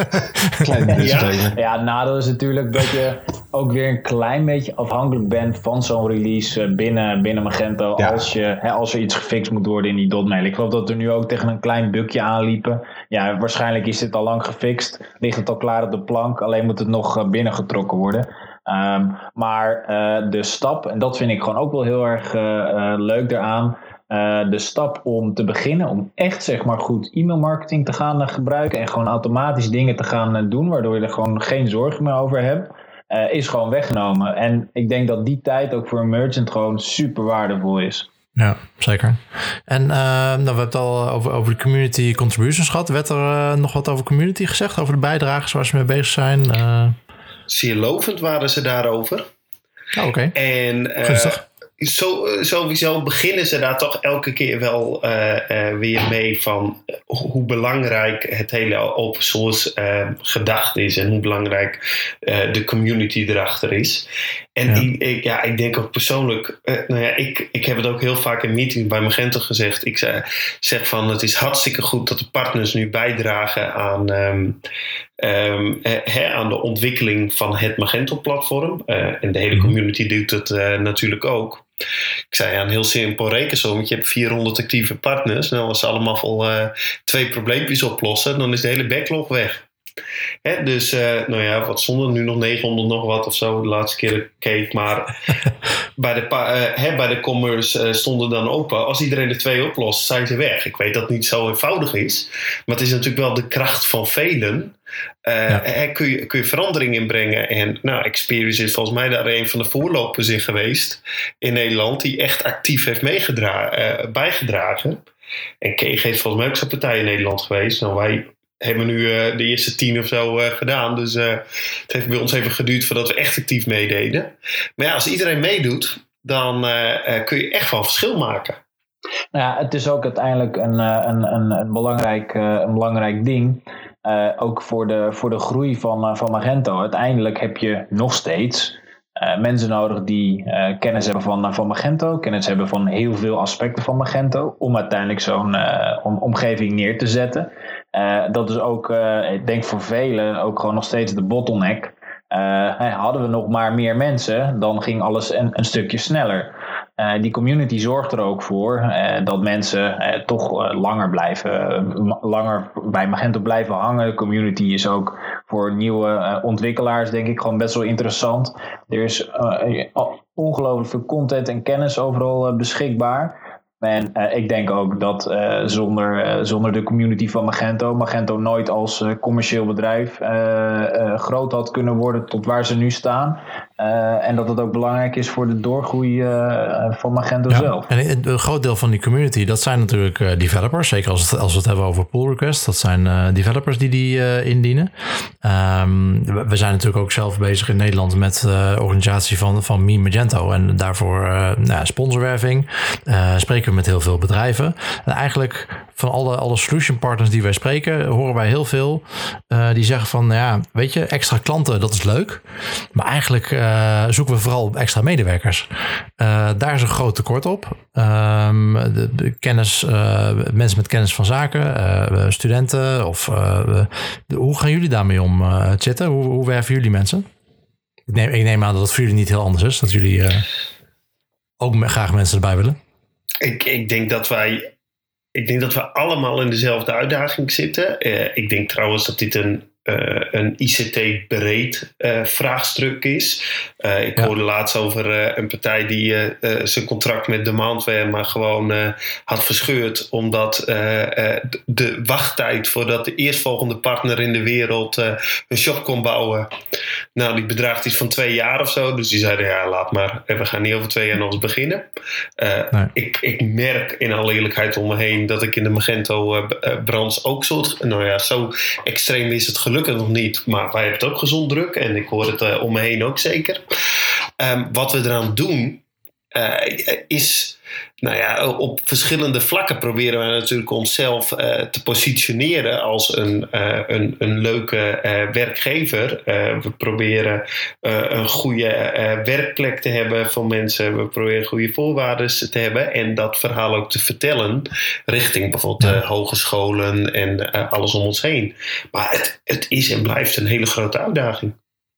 kleine disclaimer. Ja, het nadeel is natuurlijk dat je ook weer een klein beetje afhankelijk bent van zo'n release binnen, binnen Magento. Ja. Als, je, hè, als er iets gefixt moet worden in die dotmail. Ik geloof dat er nu ook tegen een klein bugje aanliepen. Ja, waarschijnlijk is dit al lang gefixt. Ligt het al klaar op de plank. Alleen moet het nog binnengetrokken worden. Um, maar uh, de stap, en dat vind ik gewoon ook wel heel erg uh, uh, leuk daaraan. Uh, de stap om te beginnen, om echt zeg maar goed e-mailmarketing te gaan uh, gebruiken en gewoon automatisch dingen te gaan uh, doen, waardoor je er gewoon geen zorgen meer over hebt, uh, is gewoon weggenomen. En ik denk dat die tijd ook voor een merchant gewoon super waardevol is. Ja, zeker. En uh, nou, we hebben het al over, over de community contributions gehad. Werd er uh, nog wat over community gezegd, over de bijdragers waar ze mee bezig zijn? Uh... Zeer lovend waren ze daarover. Oh, oké. Okay. En uh, Zo, sowieso beginnen ze daar toch elke keer wel uh, uh, weer mee van hoe belangrijk het hele open source uh, gedacht is en hoe belangrijk uh, de community erachter is. En ja. Ik, ik, ja, ik denk ook persoonlijk, uh, nou ja, ik, ik heb het ook heel vaak in meetings bij Magento gezegd. Ik uh, zeg van het is hartstikke goed dat de partners nu bijdragen aan, um, um, he, aan de ontwikkeling van het Magento-platform. Uh, en de hele community doet het uh, natuurlijk ook. Ik zei ja, een heel simpel rekensommetje. Je hebt vierhonderd actieve partners. Nou, als ze allemaal vol uh, twee probleempjes oplossen, dan is de hele backlog weg. Hè, dus, uh, nou ja, wat stonden nu nog negenhonderd nog wat of zo, de laatste keer dat ik keek. Maar bij de, uh, hè, bij de commerce uh, stonden dan open. Als iedereen er twee oplost, zijn ze weg. Ik weet dat het niet zo eenvoudig is. Maar het is natuurlijk wel de kracht van velen. Uh, ja. hè, kun, je, kun je verandering inbrengen. En nou, Experience is volgens mij daar een van de voorlopers in geweest in Nederland, die echt actief heeft meegedra- uh, bijgedragen. En Keeg heeft volgens mij ook zijn partij in Nederland geweest. Nou, wij hebben nu uh, de eerste tien of zo uh, gedaan. Dus uh, het heeft bij ons even geduurd voordat we echt actief meededen. Maar ja, als iedereen meedoet, dan uh, uh, kun je echt wel verschil maken. Nou ja, het is ook uiteindelijk een, een, een, een, belangrijk, een belangrijk ding. Uh, ook voor de, voor de groei van, uh, van Magento. Uiteindelijk heb je nog steeds uh, mensen nodig die uh, kennis hebben van, van Magento. Kennis hebben van heel veel aspecten van Magento. Om uiteindelijk zo'n uh, om, omgeving neer te zetten. Uh, dat is ook, uh, ik denk voor velen, ook gewoon nog steeds de bottleneck. Uh, hadden we nog maar meer mensen, dan ging alles een, een stukje sneller. Uh, die community zorgt er ook voor uh, dat mensen uh, toch uh, langer blijven, uh, langer bij Magento blijven hangen. De community is ook voor nieuwe uh, ontwikkelaars denk ik gewoon best wel interessant. Er is uh, ongelooflijk veel content en kennis overal uh, beschikbaar. En uh, ik denk ook dat uh, zonder, uh, zonder de community van Magento, Magento nooit als uh, commercieel bedrijf uh, uh, groot had kunnen worden tot waar ze nu staan. Uh, en dat het ook belangrijk is voor de doorgroei uh, van Magento ja, zelf. En een groot deel van die community, dat zijn natuurlijk uh, developers. Zeker als, het, als we het hebben over pull requests. Dat zijn uh, developers die die uh, indienen. Um, we, we zijn natuurlijk ook zelf bezig in Nederland met de uh, organisatie van, van Me Magento. En daarvoor uh, nou, sponsorwerving. Uh, spreken we met heel veel bedrijven. En eigenlijk van alle, alle solution partners die wij spreken, horen wij heel veel uh, die zeggen van, nou ja, weet je, extra klanten, dat is leuk. Maar eigenlijk uh, zoeken we vooral extra medewerkers. Uh, daar is een groot tekort op. Um, de, de kennis, uh, mensen met kennis van zaken, uh, studenten of uh, de, hoe gaan jullie daarmee om, uh, Chitte? Hoe, hoe werven jullie mensen? Ik neem, ik neem aan dat het voor jullie niet heel anders is, dat jullie uh, ook graag mensen erbij willen. Ik, ik denk dat wij Ik denk dat we allemaal in dezelfde uitdaging zitten. Uh, ik denk trouwens dat dit een uh, een I C T-breed uh, vraagstuk is. Uh, ik ja. hoorde laatst over uh, een partij die uh, uh, zijn contract met Demandware maar gewoon uh, had verscheurd, omdat uh, uh, de wachttijd voordat de eerstvolgende partner in de wereld uh, een shop kon bouwen, nou, die bedraagt iets van twee jaar of zo. Dus die zeiden, ja, laat maar. We gaan niet over twee jaar nog eens beginnen. Uh, nee. ik, ik merk in alle eerlijkheid om me heen dat ik in de Magento-branche uh, ook soort... Nou ja, zo extreem is het gelukkig nog niet. Maar wij hebben het ook gezond druk. En ik hoor het uh, om me heen ook zeker. Um, wat we eraan doen uh, is... Nou ja, op verschillende vlakken proberen wij natuurlijk onszelf uh, te positioneren als een, uh, een, een leuke uh, werkgever. Uh, we proberen uh, een goede uh, werkplek te hebben voor mensen. We proberen goede voorwaarden te hebben en dat verhaal ook te vertellen richting bijvoorbeeld uh, hogescholen en uh, alles om ons heen. Maar het, het is en blijft een hele grote uitdaging.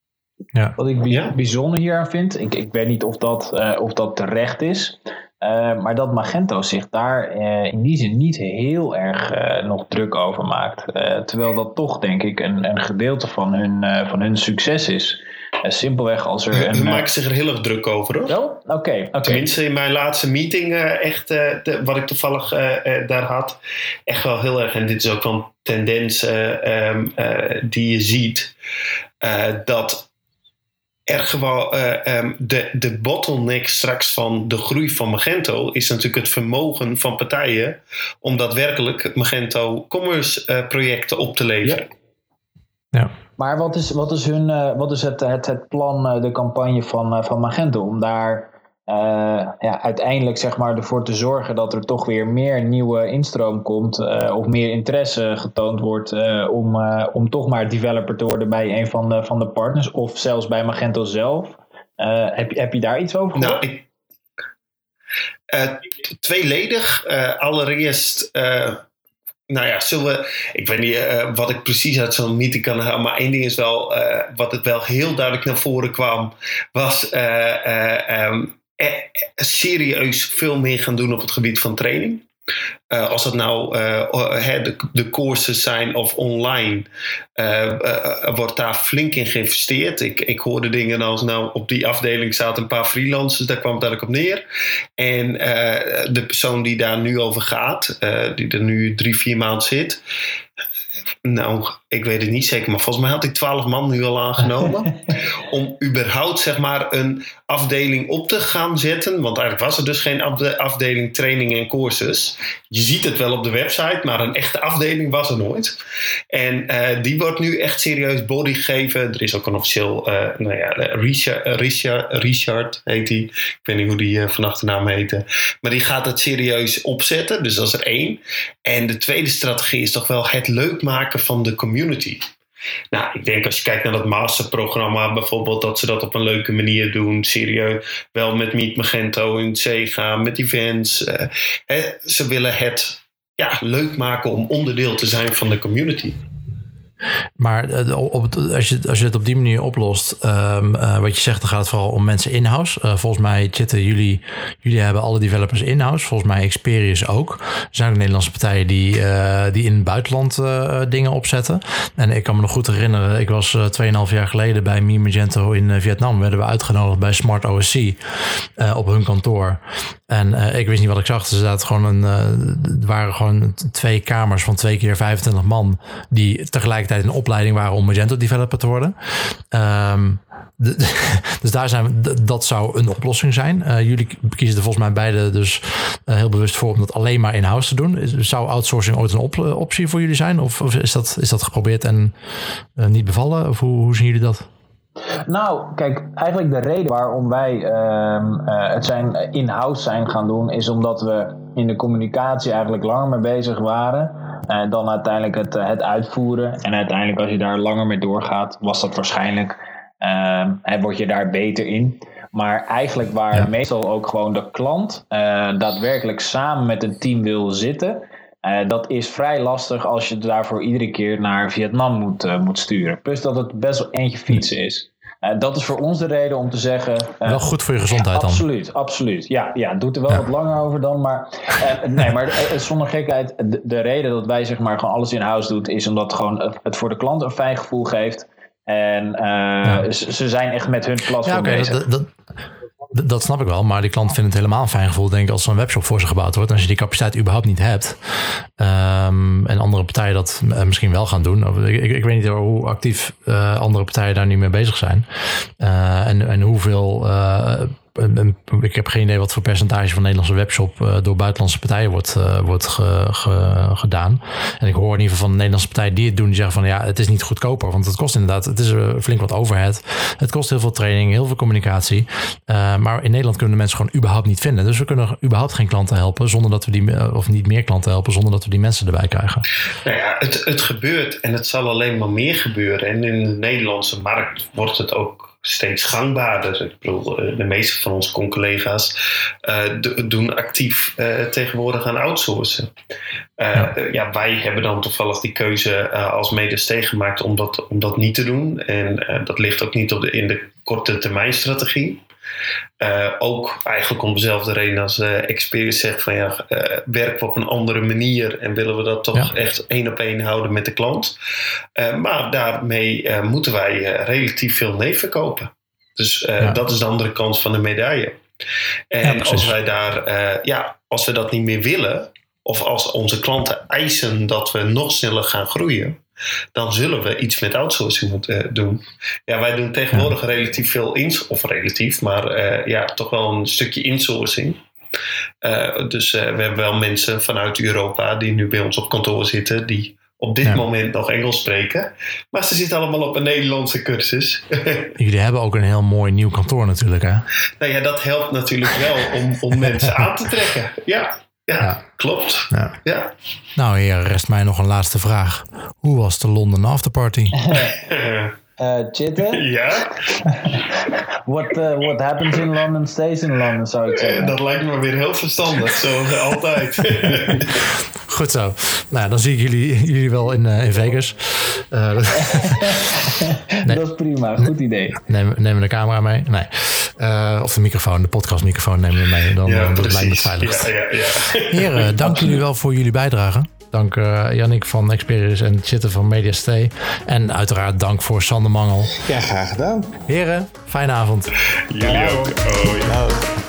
Ja. Wat ik bij, bijzonder hier aan vind, ik, ik weet niet of dat, uh, of dat terecht is... Uh, maar dat Magento zich daar uh, in die zin niet heel erg uh, nog druk over maakt. Uh, terwijl dat toch, denk ik, een, een gedeelte van hun, uh, van hun succes is. Uh, simpelweg als er... Ze maken zich er heel erg druk over, hoor. Oh, oké. Okay, okay. Tenminste, in mijn laatste meeting, uh, echt, uh, de, wat ik toevallig uh, uh, daar had, echt wel heel erg. En dit is ook wel een tendens uh, um, uh, die je ziet, uh, dat... Er gewoon, uh, um, de, de bottleneck straks van de groei van Magento is natuurlijk het vermogen van partijen om daadwerkelijk Magento commerce uh, projecten op te leveren. Ja. Ja. Maar wat is, wat is, hun, uh, wat is het, het, het plan, uh, de campagne van, uh, van Magento om daar uh, ja, uiteindelijk zeg maar, ervoor te zorgen dat er toch weer meer nieuwe instroom komt uh, of meer interesse getoond wordt uh, om, uh, om toch maar developer te worden bij een van de, van de partners of zelfs bij Magento zelf. Uh, heb, heb je daar iets over gehoord? Nou, ik, uh, tweeledig. Uh, allereerst... Uh, Nou ja, zullen we... Ik weet niet uh, wat ik precies uit zo'n meeting kan halen, maar één ding is wel... Uh, wat het wel heel duidelijk naar voren kwam, was uh, uh, um, uh, serieus veel meer gaan doen op het gebied van training. Uh, als dat nou uh, uh, de, de courses zijn of online, uh, uh, wordt daar flink in geïnvesteerd. Ik, ik hoorde dingen als, nou, op die afdeling zaten een paar freelancers, daar kwam het eigenlijk op neer. En uh, de persoon die daar nu over gaat, uh, die er nu drie, vier maanden zit, nou, ik weet het niet zeker, maar volgens mij had ik twaalf man nu al aangenomen. Om überhaupt, zeg maar, een afdeling op te gaan zetten. Want eigenlijk was er dus geen afdeling training en courses. Je ziet het wel op de website, maar een echte afdeling was er nooit. En uh, die wordt nu echt serieus body gegeven. Er is ook een officieel, uh, nou ja, Richard, Richard, Richard heet hij. Ik weet niet hoe die uh, van achternaam heette. Maar die gaat het serieus opzetten. Dus dat is er één. En de tweede strategie is toch wel het leuk maken van de community. Nou, ik denk als je kijkt naar dat masterprogramma bijvoorbeeld, dat ze dat op een leuke manier doen. Serieus, wel met Meet Magento in zee gaan, met events. Uh, hè, ze willen het ja, leuk maken om onderdeel te zijn van de community. Maar op het, als, je, als je het op die manier oplost, um, uh, wat je zegt, dan gaat het vooral om mensen in-house. Uh, volgens mij zitten jullie, jullie hebben alle developers in-house. Volgens mij Experius ook. Er zijn ook Nederlandse partijen die, uh, die in het buitenland uh, dingen opzetten. En ik kan me nog goed herinneren, ik was uh, tweeënhalf jaar geleden bij Mi Magento in uh, Vietnam. Werden we uitgenodigd bij Smart O S C uh, op hun kantoor. En uh, ik wist niet wat ik zag. Er zaten gewoon een, uh, er waren gewoon twee kamers van twee keer vijfentwintig man die tegelijkertijd in opleiding waren om Magento developer te worden. Um, de, de, dus daar zijn we, dat zou een oplossing zijn. Uh, jullie kiezen er volgens mij beide dus uh, heel bewust voor om dat alleen maar in-house te doen. Zou outsourcing ooit een op, optie voor jullie zijn? Of, of is, dat, is dat geprobeerd en uh, niet bevallen? Of hoe, hoe zien jullie dat? Nou, kijk, eigenlijk de reden waarom wij uh, uh, het zijn in-house zijn gaan doen, is omdat we in de communicatie eigenlijk langer mee bezig waren uh, dan uiteindelijk het, uh, het uitvoeren. En uiteindelijk als je daar langer mee doorgaat, was dat waarschijnlijk, uh, word je daar beter in. Maar eigenlijk waar ja. meestal ook gewoon de klant uh, daadwerkelijk samen met een team wil zitten, Uh, dat is vrij lastig als je daarvoor iedere keer naar Vietnam moet, uh, moet sturen. Plus dat het best wel eentje fietsen is. Uh, dat is voor ons de reden om te zeggen... Uh, wel goed voor je gezondheid dan. Absoluut, absoluut. Ja, ja, doet er wel ja. wat langer over dan. Maar uh, nee, maar uh, zonder gekheid, de, de reden dat wij zeg maar gewoon alles in-house doen... is omdat gewoon het voor de klant een fijn gevoel geeft. En uh, ja. ze, ze zijn echt met hun platform ja, okay, bezig. Dat, dat, dat, dat snap ik wel, maar die klant vindt het helemaal een fijn gevoel, denk ik, als zo'n webshop voor ze gebouwd wordt. En als je die capaciteit überhaupt niet hebt, um, en andere partijen dat uh, misschien wel gaan doen. Ik, ik, ik weet niet hoe actief uh, andere partijen daar nu mee bezig zijn. Uh, en, en hoeveel... Uh, Ik heb geen idee wat voor percentage van de Nederlandse webshop uh, door buitenlandse partijen wordt, uh, wordt ge, ge, gedaan. En ik hoor in ieder geval van de Nederlandse partijen die het doen, die zeggen van ja, het is niet goedkoper. Want het kost inderdaad, het is uh, flink wat overhead. Het kost heel veel training, heel veel communicatie. Uh, maar in Nederland kunnen de mensen gewoon überhaupt niet vinden. Dus we kunnen überhaupt geen klanten helpen zonder dat we die, of niet meer klanten helpen zonder dat we die mensen erbij krijgen. Nou ja, het, het gebeurt en het zal alleen maar meer gebeuren. En in de Nederlandse markt wordt het ook steeds gangbaarder. Ik bedoel, de meeste van onze collega's uh, doen actief uh, tegenwoordig aan outsourcen. Uh, ja. Uh, ja, wij hebben dan toevallig die keuze uh, als mede gemaakt om dat, om dat niet te doen. En uh, dat ligt ook niet op de, in de korte termijn strategie. Uh, ook eigenlijk om dezelfde reden als uh, Experience zegt van ja, uh, werken we op een andere manier en willen we dat toch ja. echt één op één houden met de klant. Uh, maar daarmee uh, moeten wij uh, relatief veel nee verkopen. Dus uh, ja. dat is de andere kant van de medaille. En ja, als wij daar, uh, ja, als we dat niet meer willen, of als onze klanten eisen dat we nog sneller gaan groeien, dan zullen we iets met outsourcing moeten uh, doen. Ja, wij doen tegenwoordig ja. relatief veel ins, of relatief, maar uh, ja, toch wel een stukje insourcing. Uh, dus uh, we hebben wel mensen vanuit Europa die nu bij ons op kantoor zitten, die op dit ja. moment nog Engels spreken. Maar ze zitten allemaal op een Nederlandse cursus. Jullie hebben ook een heel mooi nieuw kantoor natuurlijk, hè? Nou ja, dat helpt natuurlijk wel om, om mensen aan te trekken. Ja. Ja, ja, klopt. Ja. Ja. Nou heer, rest mij nog een laatste vraag. Hoe was de London afterparty? uh, Chitte? Ja? What, uh, what happens in London stays in London, zou ik zeggen. Dat lijkt me weer heel verstandig, zo altijd. Goed zo. Nou, dan zie ik jullie, jullie wel in, uh, in Vegas. Uh, nee. Dat is prima, goed idee. Neem, nemen we de camera mee? Nee. Uh, of de microfoon, de podcastmicrofoon nemen we mee. Dan ja, dat lijkt me het veiligst. Ja, ja, ja. Heren, dank jullie wel voor jullie bijdrage. Dank uh, Yannick van Experience en Chitte van Mediastay. En uiteraard dank voor Sander Mangel. Ja, graag gedaan. Heren, fijne avond. Jullie ook. Oh, ja.